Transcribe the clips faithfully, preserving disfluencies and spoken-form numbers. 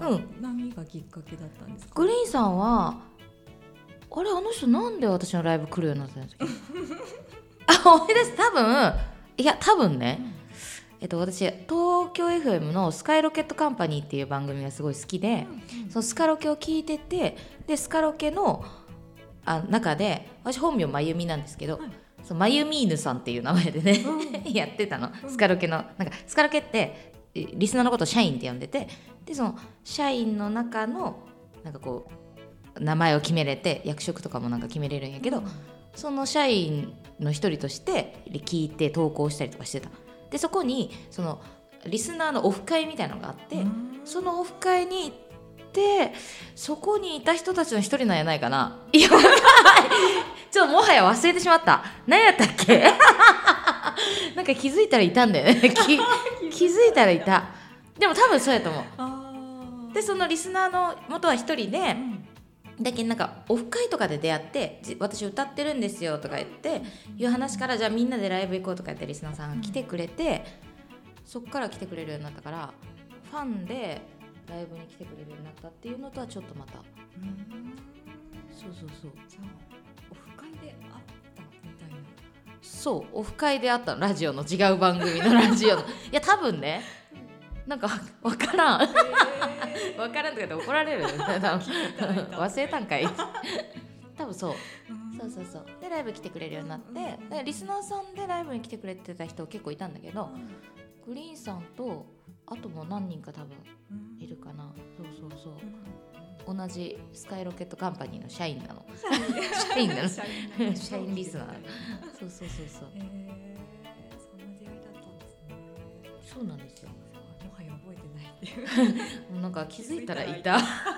うん、 何がきっかけだったんですか？ グリーンさんはあれあの人なんで私のライブ来るようになったんですかあ思い出す多分いや多分ね、うん、えっと私東京 エフエム のスカイロケットカンパニーっていう番組がすごい好きで、うんうん、そのスカロケを聞いててでスカロケのあ中で私本名まゆみなんですけど、はい、そのまゆみーぬさんっていう名前でね、うん、やってたの、うん、スカロケのなんかスカロケってリスナーのことを社員って呼んでてでその社員の中のなんかこう名前を決めれて役職とかもなんか決めれるんやけど、うん、その社員の一人として聞いて投稿したりとかしてた。でそこにそのリスナーのオフ会みたいなのがあって、うん、そのオフ会に行ってそこにいた人たちの一人なんやないかな。いやちょっともはや忘れてしまった。何やったっけなんか気づいたらいたんだよね気, 気づいたらいた。でも多分そうやと思う。あでそのリスナーの元は一人で、うんだけどなんかオフ会とかで出会って私歌ってるんですよとか言っていう話からじゃあみんなでライブ行こうとか言ってリスナーさんが来てくれて、うん、そっから来てくれるようになったからファンでライブに来てくれるようになったっていうのとはちょっとまたうんそうそうそうじゃあオフ会で会ったみたいなそうオフ会で会ったのラジオの違う番組のラジオのいや多分ねなんか分からん、えー、分からんとか言って怒られる忘れたんかい多分そう、そうそうそうでライブ来てくれるようになってでリスナーさんでライブに来てくれてた人結構いたんだけど、うん、グリーンさんとあとも何人か多分いるかな、うん、そうそうそう、うん、同じスカイロケットカンパニーの社員なの社員なの社員リスナーそうそうそうそう、 えー、そんな出会いだったんですね。 そうなんですよ。 もはや覚えてないっていうなんか気づいたらいた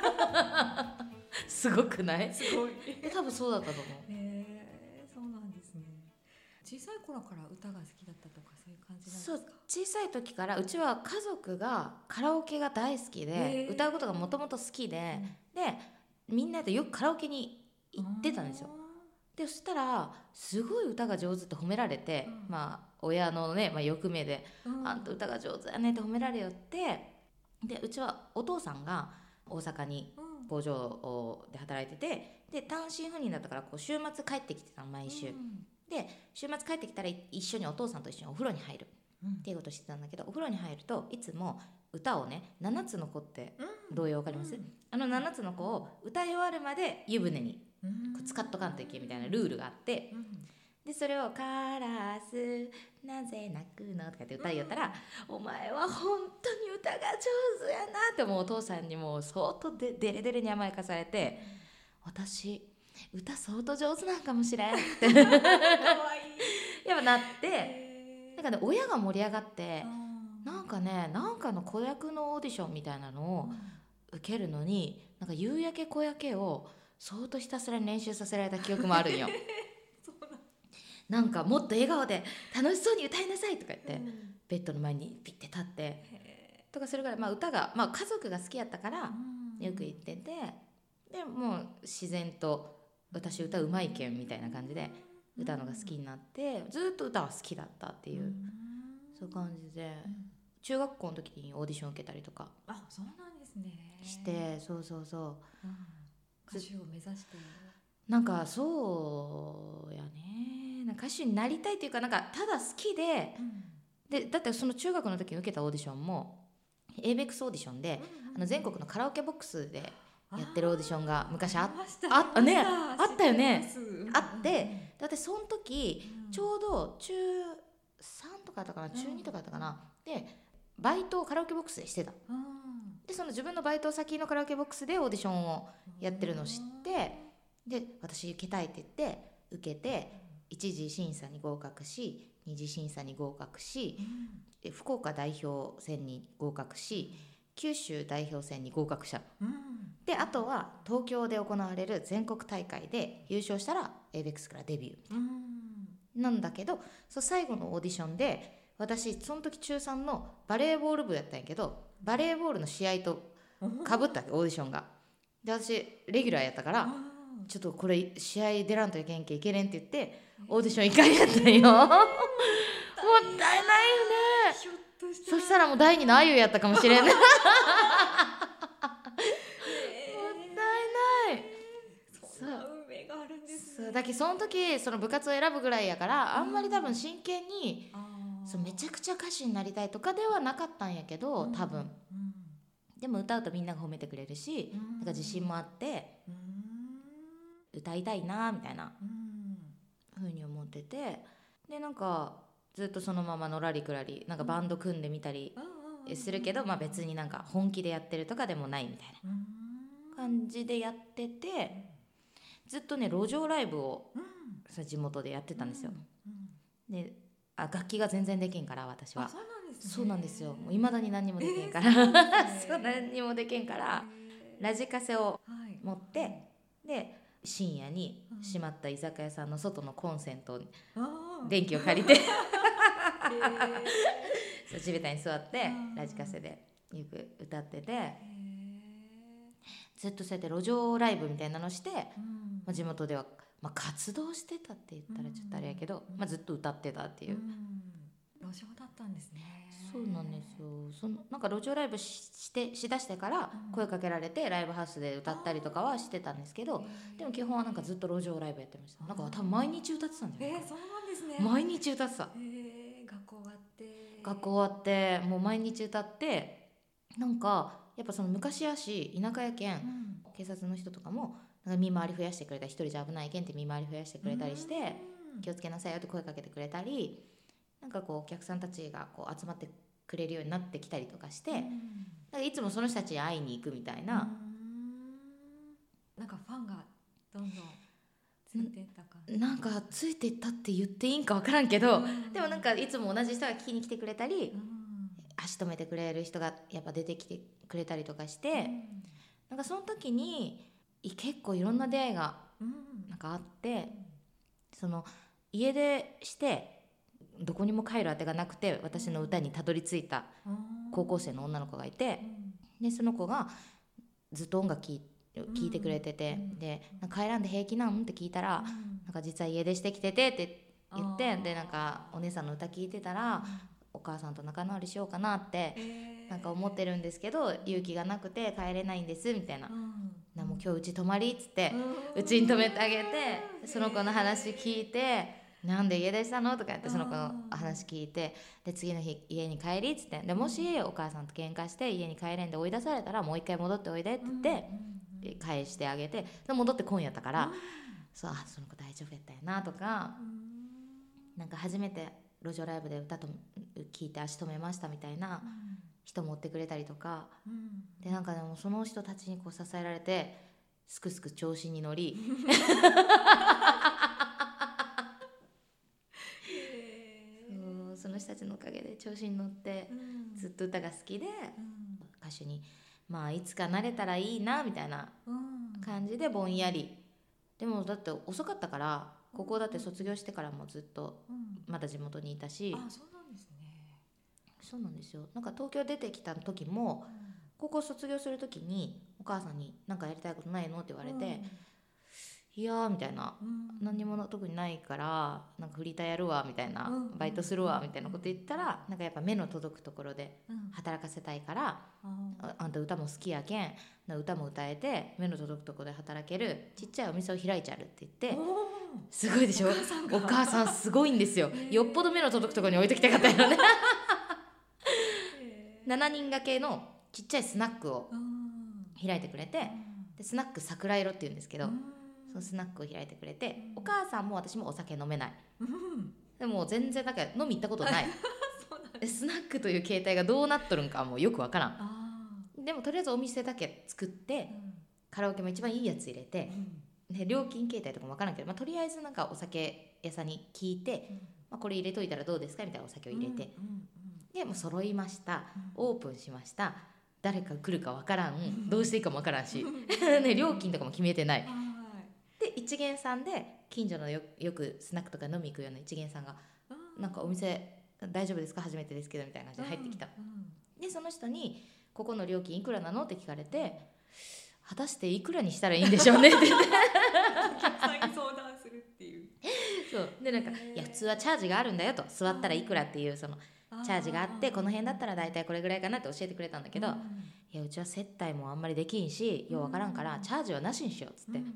すごくないすごい多分そうだったと思う。 へー、そうなんですね。小さい頃から歌が好きだったとかそういう感じなんですか？ そう小さい時からうちは家族がカラオケが大好きで歌うことがもともと好きで、うん、でみんなでよくカラオケに行ってたんですよ。でそしたらすごい歌が上手って褒められて、うん、まあ親のね、まあ、欲目で、うん、あんた歌が上手やねって褒められよってでうちはお父さんが大阪に工場で働いててで単身赴任だったからこう週末帰ってきてたの毎週、うん、で週末帰ってきたら一緒にお父さんと一緒にお風呂に入る、うん、っていうことをしてたんだけどお風呂に入るといつも歌をねななつの子って童謡わかります、うん、あのななつの子を歌い終わるまで湯船に使っとかんといけみたいなルールがあって、うん、でそれをカラスなぜ泣くのとかって歌いよったら、うん、お前は本当に歌が上手やなってもうお父さんにもう相当でデレデレに甘やかされて、うん、私歌相当上手なんかもしれんってやっぱなってなんかね親が盛り上がって、うん、なんかねなんかの子役のオーディションみたいなのを受けるのになんか夕焼け小焼けを相当ひたすら練習させられた記憶もあるんよなんかもっと笑顔で楽しそうに歌いなさいとか言って、うん、ベッドの前にピッて立ってとかするぐらい、まあ、歌が、まあ、家族が好きやったからよく言っててでもう自然と私歌うまいけんみたいな感じで歌うのが好きになってずっと歌は好きだったっていう、うん、そういう感じで、うん、中学校の時にオーディション受けたりとかあそうなんですねしてそうそうそう、うん歌手を目指してなんかそうやねなんか歌手になりたいというかなんかただ好きで、うん、でだってその中学の時に受けたオーディションも エーベックス オーディションで、うんうん、あの全国のカラオケボックスでやってるオーディションが昔あっ あ, あ, ねあったよね、うん、あってだってその時、うん、ちょうど中さんとかだったかな中にとかだったかな、うん、でバイトをカラオケボックスでしてた、うんでその自分のバイト先のカラオケボックスでオーディションをやってるのを知ってで私受けたいって言って受けて一次審査に合格し二次審査に合格し、うん、福岡代表戦に合格し九州代表戦に合格した、うん、であとは東京で行われる全国大会で優勝したら エーベックス からデビューみたいな、うん、なんだけどそう最後のオーディションで私その時中さんのバレーボール部やったんやけどバレーボールの試合とかぶったわけオーディションがで私レギュラーやったからちょっとこれ試合出らんといけんけいけれんって言ってオーディションいっかいやったんよもったいないよねそしたらもう第二のあゆやったかもしれんそうだけどその時その部活を選ぶぐらいやからあんまり多分真剣に、うん、そうめちゃくちゃ歌手になりたいとかではなかったんやけど多分、うん、でも歌うとみんなが褒めてくれるし、うん、なんか自信もあって、うん、歌いたいなみたいな、うん、ふうに思っててでなんかずっとそのままのらりくらりなんかバンド組んでみたりするけど、まあ、別になんか本気でやってるとかでもないみたいな感じでやっててずっとね路上ライブを地元でやってたんですよ。であ楽器が全然できんから私は。 そうなんですね。 そうなんですよ。もう未だに何にもできんから、えー、そう何にもできんからラジカセを持って、はい、で深夜に閉まった居酒屋さんの外のコンセントに電気を借りてそう地べたに座ってラジカセでよく歌っててずっとそうやって路上ライブみたいなのして、うんまあ、地元では、まあ、活動してたって言ったらちょっとあれやけど、うんまあ、ずっと歌ってたっていう、 うん、路上だったんですね。 そうなんですよ。そのなんか路上ライブ し, してしだしてから声かけられてライブハウスで歌ったりとかはしてたんですけど、でも基本はなんかずっと路上ライブやってました。なんか多分毎日歌ってたんじゃないかな。 えー、そうなんですね。 毎日歌ってた、 えー、学校終わって学校終わってもう毎日歌ってなんかやっぱその昔やし田舎やけん、うん、警察の人とかもなんか見回り増やしてくれたり一人じゃ危ないけんって見回り増やしてくれたりして、うん、気をつけなさいよって声かけてくれたりなんかこうお客さんたちがこう集まってくれるようになってきたりとかして、うん、なんかいつもその人たちに会いに行くみたいな、 うん、なんかファンがどんどんついていったかなんかついていったって言っていいんか分からんけど、うん、でもなんかいつも同じ人が聞きに来てくれたり、うん、足止めてくれる人がやっぱ出てきてくれたりとかして、うん、なんかその時に結構いろんな出会いがなんかあって、うん、その家出してどこにも帰る当てがなくて私の歌にたどり着いた高校生の女の子がいて、でその子がずっと音楽聴いて聞いてくれてて、うん、でなんか帰らんで平気なんって聞いたら、うん、なんか実は家出してきててって言ってでなんかお姉さんの歌聞いてたら、うん、お母さんと仲直りしようかなって、えー、なんか思ってるんですけど勇気がなくて帰れないんですみたいな、うん、なもう今日うち泊まりっつってうち、に泊めてあげてその子の話聞いてなんで家出したのとか言ってその子の話聞いてで次の日家に帰りっつってでもしお母さんと喧嘩して家に帰れんで追い出されたらもう一回戻っておいでって言って、返してあげてで戻ってこんやったから、うん、そうあその子大丈夫やったやなとか、うん、なんか初めて路上ライブで歌と聞いて足止めましたみたいな人も追ってくれたりとか、うん、でなんかでもその人たちにこう支えられてすくすく調子に乗りそうその人たちのおかげで調子に乗って、うん、ずっと歌が好きで、うん、歌手にまあいつかなれたらいいなみたいな感じでぼんやり、でもだって遅かったから高校だって卒業してからもずっとまだ地元にいたし、 うん、あそうなんですね。 そうなんですよ。なんか東京出てきた時も、うん、高校卒業する時にお母さんに何かやりたいことないのって言われて、うん、いやーみたいな、うん、何にも特にないからなんかフリーターやるわみたいな、うん、バイトするわみたいなこと言ったら、なんかやっぱ目の届くところで働かせたいから、うん、あ, あんた歌も好きやけん歌も歌えて目の届くところで働けるちっちゃいお店を開いちゃるって言って、すごいでしょ。お母さんがお母さんすごいんですよ。よっぽど目の届くところに置いときたかったよねしちにん掛けのちっちゃいスナックを開いてくれて、でスナック桜色っていうんですけど、そのスナックを開いてくれて、お母さんも私もお酒飲めない、でも全然なんか飲み行ったことないスナックという形態がどうなっとるんかもうよくわからん。でもとりあえずお店だけ作って、うん、カラオケも一番いいやつ入れて、うん、で料金形態とかもわからんけど、まあ、とりあえずなんかお酒屋さんに聞いて、うんまあ、これ入れといたらどうですかみたいなお酒を入れて、うんうんうん、でもう揃いました、うん、オープンしました、誰か来るかわからん、うん、どうしていいかもわからんし、ね、料金とかも決めてない、うん、で一元さんで近所の よ, よくスナックとか飲み行くような一元さんが、うん、なんかお店大丈夫ですか初めてですけどみたいな感じで入ってきた、うんうん、でその人にここの料金いくらなのって聞かれて、果たしていくらにしたらいいんでしょうねって言ってお客さんに相談するっていうそうでなんかいや普通はチャージがあるんだよと、座ったらいくらっていうそのチャージがあって、この辺だったら大体これぐらいかなって教えてくれたんだけど、うん、いやうちは接待もあんまりできんしようわからんからチャージはなしにしようっつって、うん、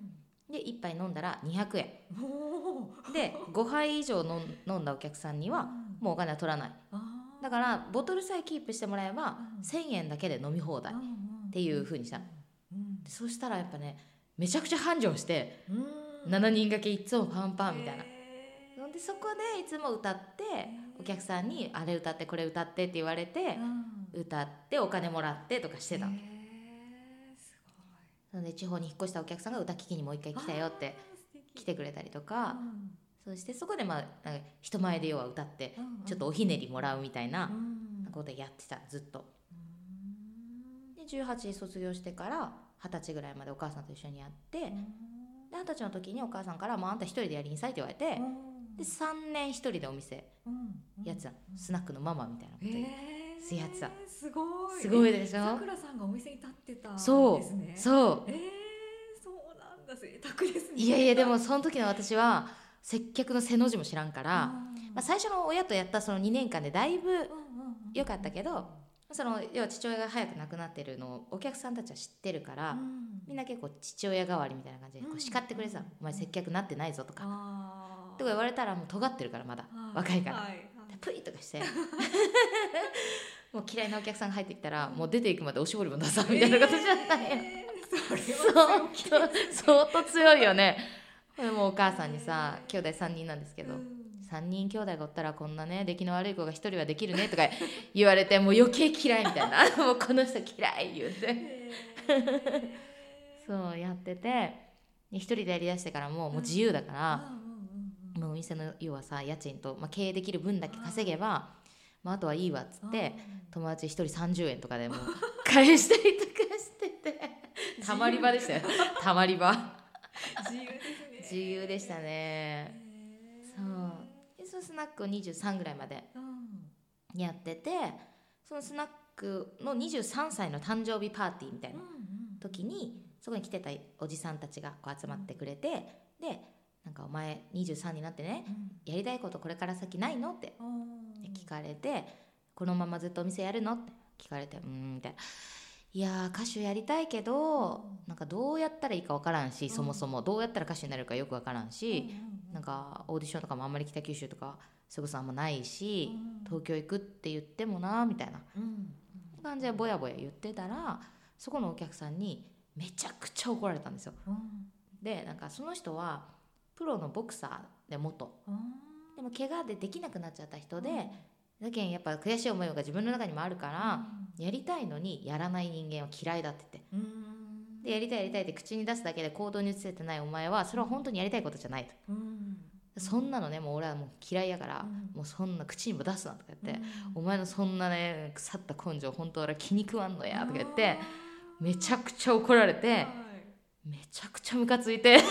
でいっぱい飲んだらにひゃくえんおーでごはい以上飲ん飲んだお客さんにはもうお金は取らない。だからボトルさえキープしてもらえばうんせんえんだけで飲み放題。 っていう風にしたうんでそうしたらやっぱねめちゃくちゃ繁盛してうんしちにん掛けいつもパンパンみたいな。 へでそこでいつも歌ってーお客さんにあれ歌ってこれ歌ってって言われてうん歌ってお金もらってとかしてたの。 へーすなので地方に引っ越したお客さんが歌聞きにもう一回来たよってごい来てくれたりとか、 うんそしてそこでまあなんか人前で要は歌ってうんちょっとおひねりもらうみたいなうんことやってたずっと。 うんでじゅうはち卒業してからはたちぐらいまでお母さんと一緒にやってではたちの時にお母さんから「もうあんた一人でやりなさい」って言われてでさんねん一人でお店やってたのスナックのママみたいなことでえやってた。 すごいすごいでしょ。 さくらさんがお店に立ってたんですそうねそうえー、そうなんだ贅沢ですね。 いやいやでもその時の私は接客の背の字も知らんから、 うんまあ、最初の親とやったそのにねんかんでだいぶうんうんうん良かったけどその要は父親が早く亡くなってるのをお客さんたちは知ってるから、 うんみんな結構父親代わりみたいな感じでこう叱ってくれてたの、 うんお前接客なってないぞとか、 あーとか言われたらもう尖ってるからまだはい若いから、 はいはいでプイとかしてもう嫌いなお客さんが入ってきたらもう出ていくまでおしぼりも出さんみたいな形だったね、 えーそれ相は強当気ですね相当強いよね。でもうお母さんにさ兄弟さんにんなんですけど、 うんさんにん兄弟がおったらこんなね出来の悪い子がひとりはできるねとか言われてもう余計嫌いみたいなもうこの人嫌い言うてへーそうやっててで一人でやりだしてからもうもう自由だから、 うんうんうんうんもうお店の要はさ家賃と、まあ、経営できる分だけ稼げば、まあ、あとはいいわっつって友達一人さんじゅうえんとかでもう返したりとかしててたまり場でしたよたまり場自由ですね自由でしたね。 へーそうでそのスナックをにじゅうさんぐらいまでうんやっててそのスナックのにじゅうさんさいの誕生日パーティーみたいな時にそこに来てたおじさんたちがこう集まってくれてでなんかお前にじゅうさんになってねやりたいことこれから先ないのって聞かれてこのままずっとお店やるのって聞かれてうーんみたいないやー歌手やりたいけどなんかどうやったらいいかわからんしそもそもどうやったら歌手になるかよくわからんしなんかオーディションとかもあんまり北九州とかそれこそあんまないし東京行くって言ってもなみたいな感じでぼやぼや言ってたらそこのお客さんにめちゃくちゃ怒られたんですよ。でなんかその人はプロのボクサーで元でも怪我でできなくなっちゃった人でだけんやっぱ悔しい思いが自分の中にもあるからやりたいのにやらない人間は嫌いだって言ってでやりたいやりたいって口に出すだけで行動に移せてないお前はそれは本当にやりたいことじゃないとそんなのねもう俺はもう嫌いやからもうそんな口にも出すなとか言ってお前のそんなね腐った根性本当俺は気に食わんのやとか言ってめちゃくちゃ怒られてめちゃくちゃムカついて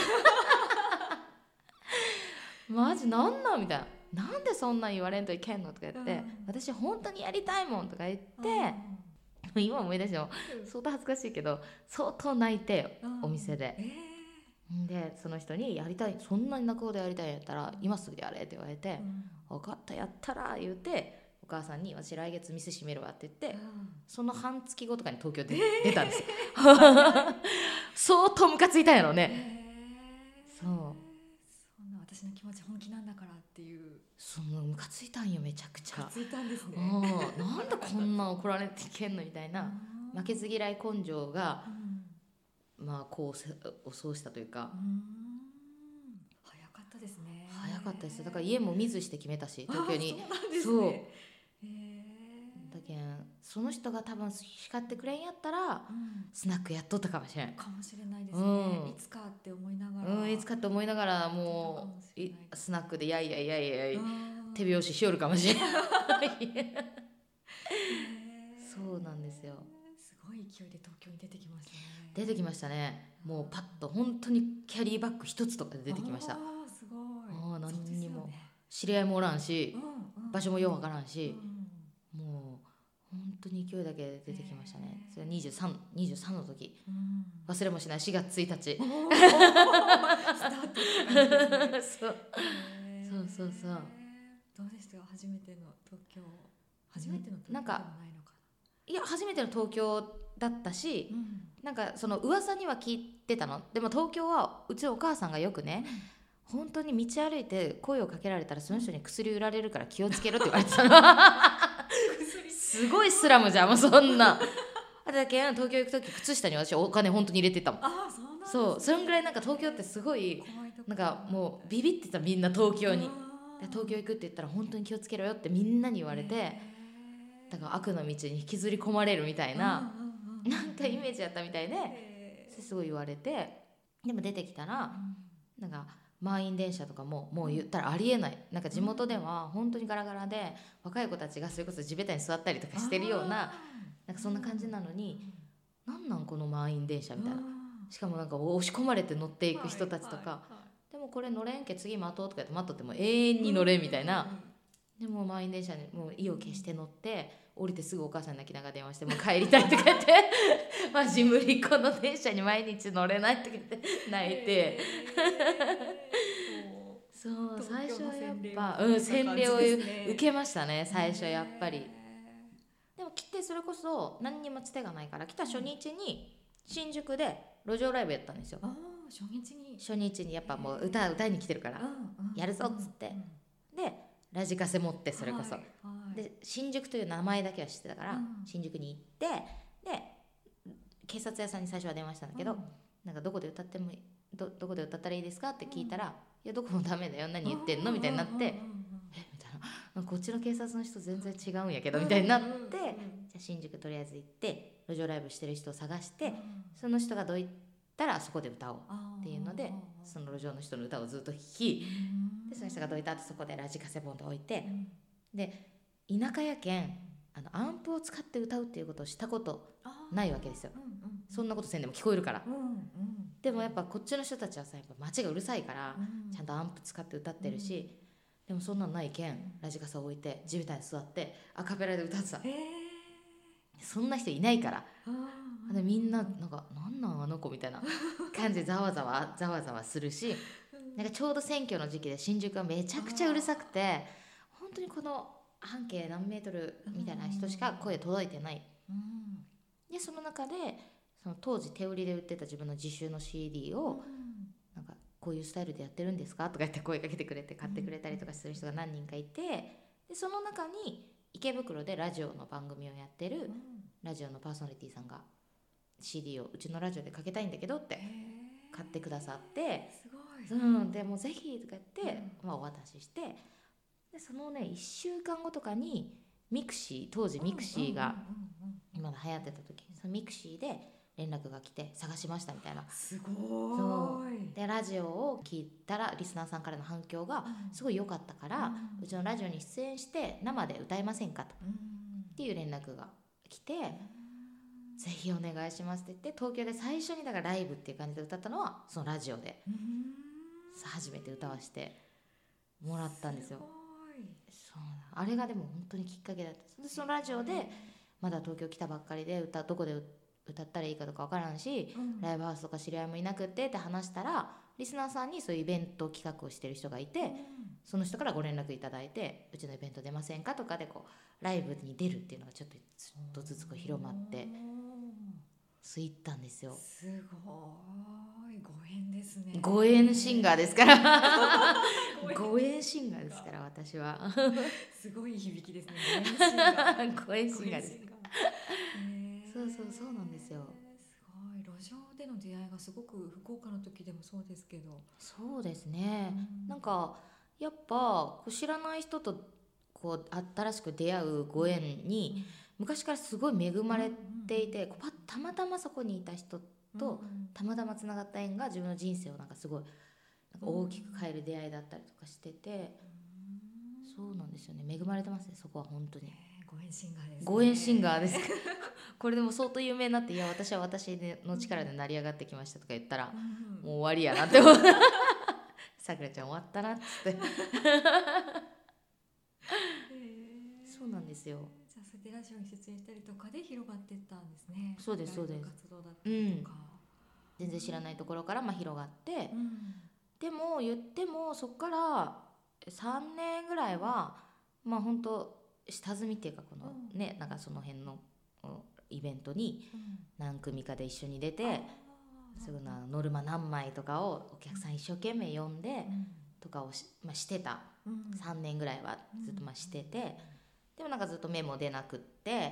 マジなんなんみたいななんでそんなん言われんといけんのとか言って私本当にやりたいもんとか言って今思い出しても相当恥ずかしいけど相当泣いてお店ででその人にやりたいそんなに泣くほどやりたいんやったら今すぐやれって言われて分かったやったら言うてお母さんに私来月店閉めるわって言ってその半月後とかに東京で出たんですよ相当ムカついたんやろねそうそんな私の気持ち本気なんだからっていうそのムカついたんよめちゃくちゃついたんですねうんなんでこんな怒られていけんのみたいな負けず嫌い根性がまあこうせそうしたというか早かったですね早かったですだから家も見ずして決めたし東京にそうなんですねそうだけんその人が多分叱ってくれんやったら、うん、スナックやっとったかもしれんかもしれないですね、うん、いつかって思いながら、 うん、いつかって思いながらもうスナックでやいやいやいやいや手拍子しよるかもしれんそうなんですよすごい勢いで東京に出てきましたね出てきましたねもうパッと本当にキャリーバッグ一つとかで出てきましたあすごいあ何にも、ね、知り合いもおらんし、うんうん、場所もようわからんし、うん、もう本当に勢いだけで出てきましたねそれにじゅうさん、にじゅうさんの時、うん、忘れもしないしがつついたちスタートそうそうそうそうどうでした初めての東京初めての東京でもないのかいや初めての東京だったし、うん、なんかその噂には聞いてたの。でも東京はうちのお母さんがよくね、うん、本当に道歩いて声をかけられたらその人に薬売られるから気をつけろって言われてたのすごいスラムじゃんもうそんなだけど東京行く時靴下に私お金本当に入れてたもん。 あそうなんですね、 そうそれぐらいなんか東京ってすごいなんかもうビビってたみんな東京に。東京行くって言ったら本当に気をつけろよってみんなに言われて、だから悪の道に引きずり込まれるみたいななんかイメージだったみたいですごい言われて、でも出てきたらなんか満員電車とかももう言ったらありえない、なんか地元では本当にガラガラで若い子たちがそれこそ地べたに座ったりとかしてるようななんかそんな感じなのに、なんなんこの満員電車みたいな、しかもなんか押し込まれて乗っていく人たちとか、でもこれ乗れんけ次待とうとか言って待っとっても永遠に乗れんみたいな、でも満員電車にもう意を決して乗って降りてすぐお母さんに泣きながら電話してもう帰りたいとか言ってマジ無理この電車に毎日乗れないとか言って泣いて、えー、そう最初はやっぱうん洗礼を受けましたね最初やっぱり。でも来てそれこそ何にもつてがないから来た初日に新宿で路上ライブやったんですよ。 あ初日に初日にやっぱもう 歌, 歌いに来てるからやるぞっつって、でラジカセ持ってそれこそ、はいはい、で新宿という名前だけは知ってたから、うん、新宿に行ってで警察屋さんに最初は電話したんだけど、うん、なんかどこで歌っても ど, どこで歌ったらいいですかって聞いたら、うん、いやどこもダメだよ何言ってんのみたいになって、うん、えみたいなこっちの警察の人全然違うんやけどみたいになって、うん、じゃあ新宿とりあえず行って路上ライブしてる人を探して、うん、その人がどういったらそこで歌おうっていうのでその路上の人の歌をずっと弾き、でその人がどういった後そこでラジカセボンド置いて、で田舎やけんあのアンプを使って歌うっていうことをしたことないわけですよ、うんうん、そんなことせんでも聞こえるから、うんうん、でもやっぱこっちの人たちはさやっぱ街がうるさいから、うん、ちゃんとアンプ使って歌ってるし、うん、でもそんなのないけんラジカセを置いて地べたに座ってアカペラで歌ってた、えー、そんな人いないから、でみんななんかなんなんあの子みたいな感じでざわざわざわざわするし、なんかちょうど選挙の時期で新宿はめちゃくちゃうるさくて本当にこの半径何メートルみたいな人しか声届いてない、うん、でその中でその当時手売りで売ってた自分の自習の シーディー を、うん、なんかこういうスタイルでやってるんですかとか言って声かけてくれて買ってくれたりとかする人が何人かいて、でその中に池袋でラジオの番組をやってるラジオのパーソナリティさんが シーディー をうちのラジオでかけたいんだけどって買ってくださって、 すごい、 うん、でもうぜひとか言って、うん、まあ、お渡しして、でそのねいっしゅうかんごとかにミクシー当時ミクシーがまだ流行ってた時、そのミクシーで連絡が来て探しましたみたいな、 すごいでラジオを聞いたらリスナーさんからの反響がすごい良かったから、うん、うちのラジオに出演して生で歌えませんかと、うん、っていう連絡が来て、うん、ぜひお願いしますって言って東京で最初にだからライブっていう感じで歌ったのはそのラジオで、うん、初めて歌わせてもらったんですよ。そうあれがでも本当にきっかけだった。でそのラジオでまだ東京来たばっかりで歌どこで歌ったらいいかとか分からんし、うん、ライブハウスとか知り合いもいなくってって話したらリスナーさんにそういうイベント企画をしてる人がいて、うん、その人からご連絡いただいてうちのイベント出ませんかとかでこうライブに出るっていうのがちょっとずつこう広まってそういったんですよ。 すごいご縁ですね。 ご縁シンガーですからご縁シンガーですから私はすごい響きですね。 ご縁シンガーです。そうそうそうなんですよ。 すごい路上での出会いがすごく福岡の時でもそうですけど。 そうですね、うん、なんかやっぱ知らない人とこう新しく出会うご縁に昔からすごい恵まれていて、こうパッたまたまそこにいた人とたまたまつながった縁が自分の人生をなんかすごいなんか大きく変える出会いだったりとかしてて、そうなんですよね、恵まれてますねそこは本当に。 ご縁シンガーですね。 ご縁シンガーですこれでも相当有名になって、いや私は私の力で成り上がってきましたとか言ったら、うん、もう終わりやなって思うさくらちゃん終わったなっつってそうなんですよ。 じゃあそれでラジオに出演したりとかで広がっていったんですね。 そうですそうです。 活動だったりとか、 うん、全然知らないところからまあ広がって、うん、でも言ってもそこからさんねんぐらいはまあ本当下積みっていうかこのね、うん、なんかその辺のイベントに何組かで一緒に出て、すぐなノルマ何枚とかをお客さん一生懸命読んでとかを し,、まあ、してた、さんねんぐらいはずっとまあしてて、でもなんかずっと目も出なくって、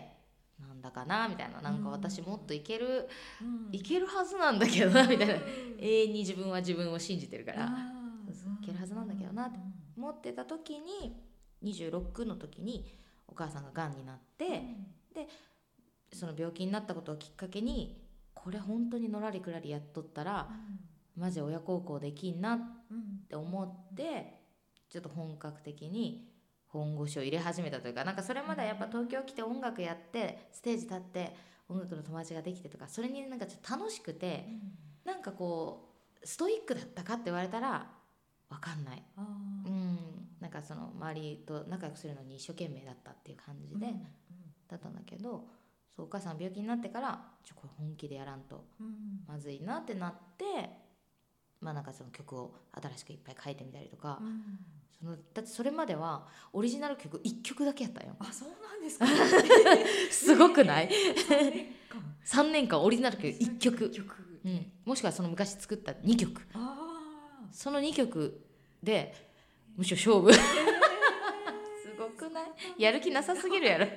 なんだかなみたいな、なんか私もっといける、いけるはずなんだけどなみたいな、永遠に自分は自分を信じてるから、そうそういけるはずなんだけどなって思ってた時に、にじゅうろくの時にお母さんががんになって、でその病気になったことをきっかけに、これ本当にのらりくらりやっとったら、うん、マジ親孝行できんなって思って、うん、ちょっと本格的に本腰を入れ始めたというか、なんかそれまでやっぱ東京来て音楽やってステージ立って音楽の友達ができてとか、それになんかちょっと楽しくて、うん、なんかこうストイックだったかって言われたら分かんない、うん、なんかその周りと仲良くするのに一生懸命だったっていう感じで、うんうん、だったんだけど、そうお母さん病気になってからちょこれ本気でやらんとまずいなってなって、うん、まあなんかその曲を新しくいっぱい書いてみたりとか、うん、そのだってそれまではオリジナル曲いっきょくだけやったよ。 あ、そうなんですかすごくないさんねんかんオリジナル曲いっきょく、うん、もしくはその昔作ったにきょく、あそのにきょくでむしろ勝負すごくない？やる気なさすぎるやろ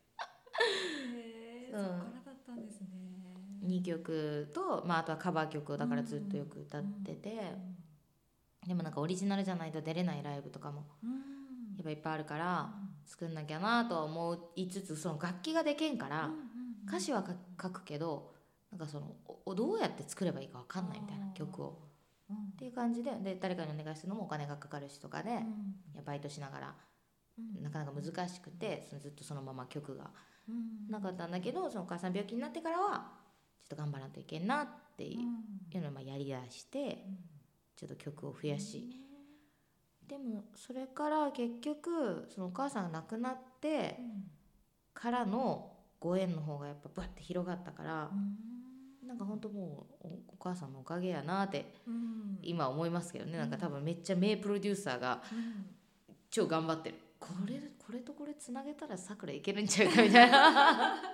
そこからだったんですね。 にきょくと、まあ、あとはカバー曲をだからずっとよく歌ってて、うんうん、でもなんかオリジナルじゃないと出れないライブとかもやっぱいっぱいあるから、うん、作んなきゃなとは思いつつ、その楽器がでけんから、うんうんうん、歌詞は書くけどなんかそのどうやって作ればいいか分かんないみたいな曲を、うん、っていう感じ で, で誰かにお願いするのもお金がかかるしとかで、うん、いやバイトしながら、うん、なかなか難しくて、そのずっとそのまま曲がなかったんだけど、そのお母さん病気になってからはちょっと頑張らんといけんなっていうのをまあやりだして、ちょっと曲を増やし、でもそれから結局そのお母さんが亡くなってからのご縁の方がやっぱバッて広がったから、なんか本当もうお母さんのおかげやなって今思いますけどね。なんか多分めっちゃ名プロデューサーが超頑張ってる、これこれとこれつなげたらさくらいけるんちゃうかみたいなね、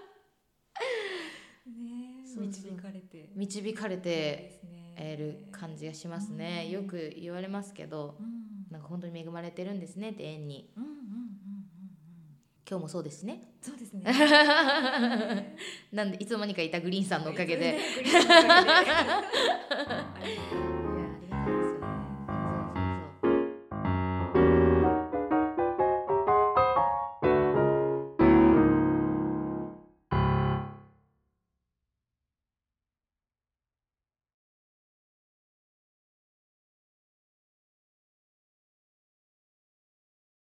そうそう導かれて導かれている感じがしますね、うん、よく言われますけど、うん、なんか本当に恵まれてるんですねって縁に、うんうんうんうん、今日もそうですね。 そうですねなんでいつの間にかいたグリーンさんのおかげで